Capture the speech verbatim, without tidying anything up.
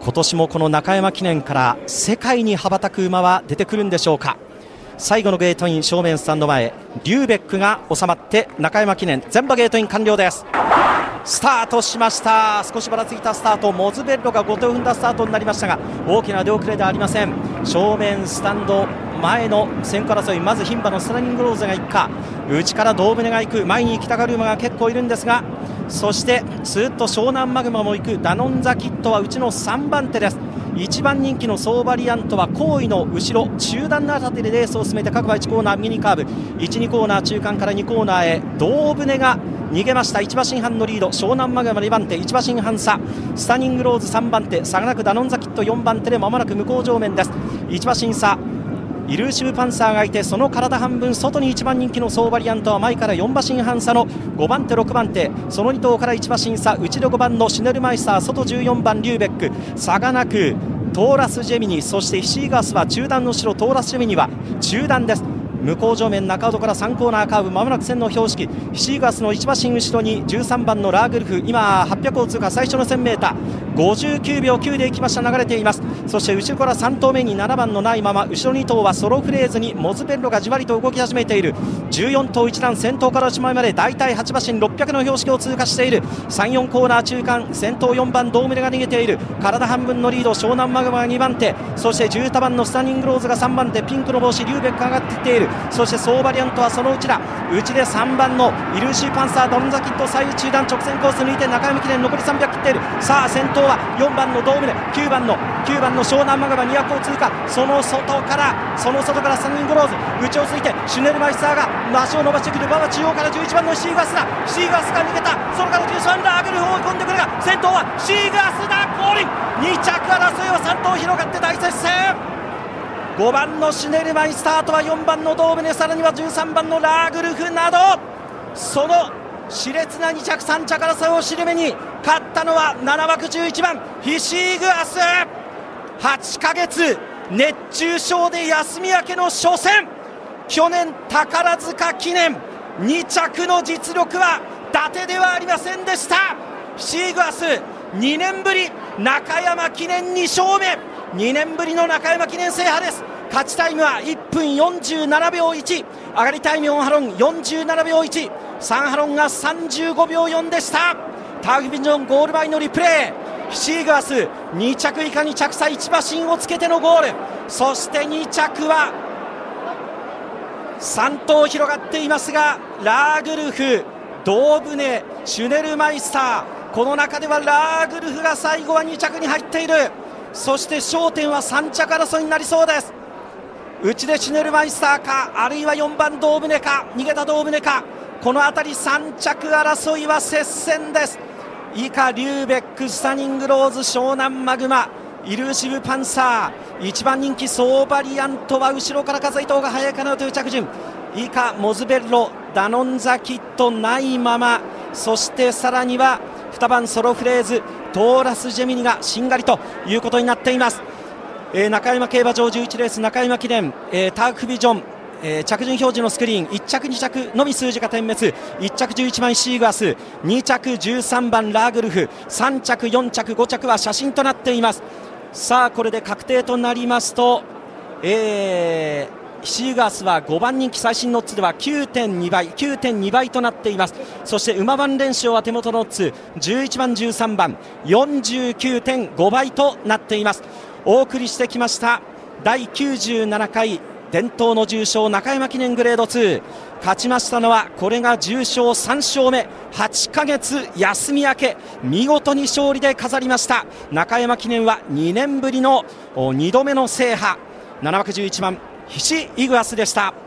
今年もこの中山記念から世界に羽ばたく馬は出てくるんでしょうか。最後のゲートイン正面スタンド前、リューベックが収まって中山記念全馬ゲートイン完了です。スタートしました。少しばらついたスタート、モズベッロがご手を踏んだスタートになりましたが、大きな出遅れではありません。正面スタンド前の先行争い、まず牝馬のスタニングローズがいくか、内から胴舟がいく、前に行きたがる馬が結構いるんですが、そしてスーッと湘南マグマも行く。ダノンザキットはうちのさんばん手です。いちばん人気のソーバリアントは後位の後ろ中段のあたりでレースを進めて、各馬いちコーナー右にカーブ、いち、にコーナー中間からにコーナーへ胴舟が逃げました。いち馬身半のリード、湘南マグマにばん手、いち馬身半差、スタニングローズさんばん手、差がなくダノンザキットよんばん手でまもなく向こう上面です。いち馬身差、イルーシブパンサーがいて、その体半分外にいちばん人気のソーバリアントは前からよん馬身半差のごばん手ろくばん手、そのに頭からいち馬身差、内でごばんのシュネルマイスター、外じゅうよんばんリューベック、差がなくトーラスジェミニ、そしてヒシーガースは中段の後ろ、トーラスジェミニは中段です。向こう上面中尾からさんコーナーカーブ、まもなく線の標識、ヒシーガースのいち馬身後ろにじゅうさんばんのラーグルフ、今はっぴゃくを通過、最初の せんメーターごじゅうきゅうびょうきゅうで行きました。流れています。そして後ろからさん頭目にななばんのないまま、後ろに頭はソロフレーズにモズベッロがじわりと動き始めている。じゅうよん頭一段、先頭からおしまいまでだいたいはち馬身ろっぴゃくの標識を通過している。さん、よんコーナー中間、先頭よんばん胴舟が逃げている。体半分のリード、湘南マグマがにばん手、そしてじゅうばんのスタニングローズがさんばん手、ピンクの帽子リューベックが上がっていっている。そしてソーバリアントはその内だ、内でさんばんのイルーシーパンサー、ダノンザキット左右中段直線コース抜いて中山記念残りさんびゃく切っている。さあ先頭はよんばんの胴舟、きゅうばんのきゅうばんの湘南マグマにひゃくを通過、その外からその外からスタニングローズ、内をついてシュネルマイスターが足を伸ばしてくる。馬場中央からじゅういちばんのシーガースだ、シーガースが逃げた。そのからじゅうさんラーグルフを追い込んでくるが、先頭はシーガースだ、降臨。に着争いはさん頭広がって大接戦。ごばんのシュネルマイスターとはよんばんの胴舟、さらにはじゅうさんばんのラーグルフなど、その熾烈なに着さん着争いを尻目に勝ったのはななわくじゅういちばんヒシーグアス。はちかげつ熱中症で休み明けの初戦、去年宝塚記念に着の実力は伊達ではありませんでした。ヒシーグアスにねんぶり中山記念に勝目、にねんぶりの中山記念制覇です。勝ちタイムはいっぷんよんじゅうななびょういち、上がりタイムよんハロンよんじゅうななびょういち、さんハロンがさんじゅうごびょうよんでした。ターグビジョンゴール前のリプレイ、ヒシーガースに着以下に着差いち馬身をつけてのゴール、そしてに着はさん頭広がっていますが、ラーグルフ、胴舟、シュネルマイスター、この中ではラーグルフが最後はに着に入っている。そして焦点はさん着争いになりそうです。内でシュネルマイスターか、あるいはよんばん胴舟か、逃げた胴舟か、この辺りさん着争いは接戦です。以下リューベック、スタニングローズ、湘南マグマ、イルーシブパンサー、いちばん人気ソーバリアントは後ろから数えた方が早いかなという着順。以下モズベッロ、ダノンザキットないまま、そしてさらにはにばんソロフレーズ、トーラスジェミニがしんがりということになっています。えー、中山競馬場じゅういちレース中山記念、えー、タークビジョン、えー、着順表示のスクリーンいっ着に着のみ数字が点滅、いち着じゅういちばんシーガース、に着じゅうさんばんラーグルフ、さん着よん着ご着は写真となっています。さあこれで確定となりますと、えーシーガースはごばん人気最新ノッツでは きゅうてんにばい きゅうてんにばいとなっています。そして馬番連勝は手元ノッツじゅういちばんじゅうさんばん よんじゅうきゅうてんごばいとなっています。お送りしてきましただいきゅうじゅうななかい伝統の重賞中山記念グレードツー、勝ちましたのはこれが重賞さん勝目、はちかげつ休み明け見事に勝利で飾りました中山記念はにねんぶりのにどめの制覇、ななわくじゅういちばんヒシイグアスでした。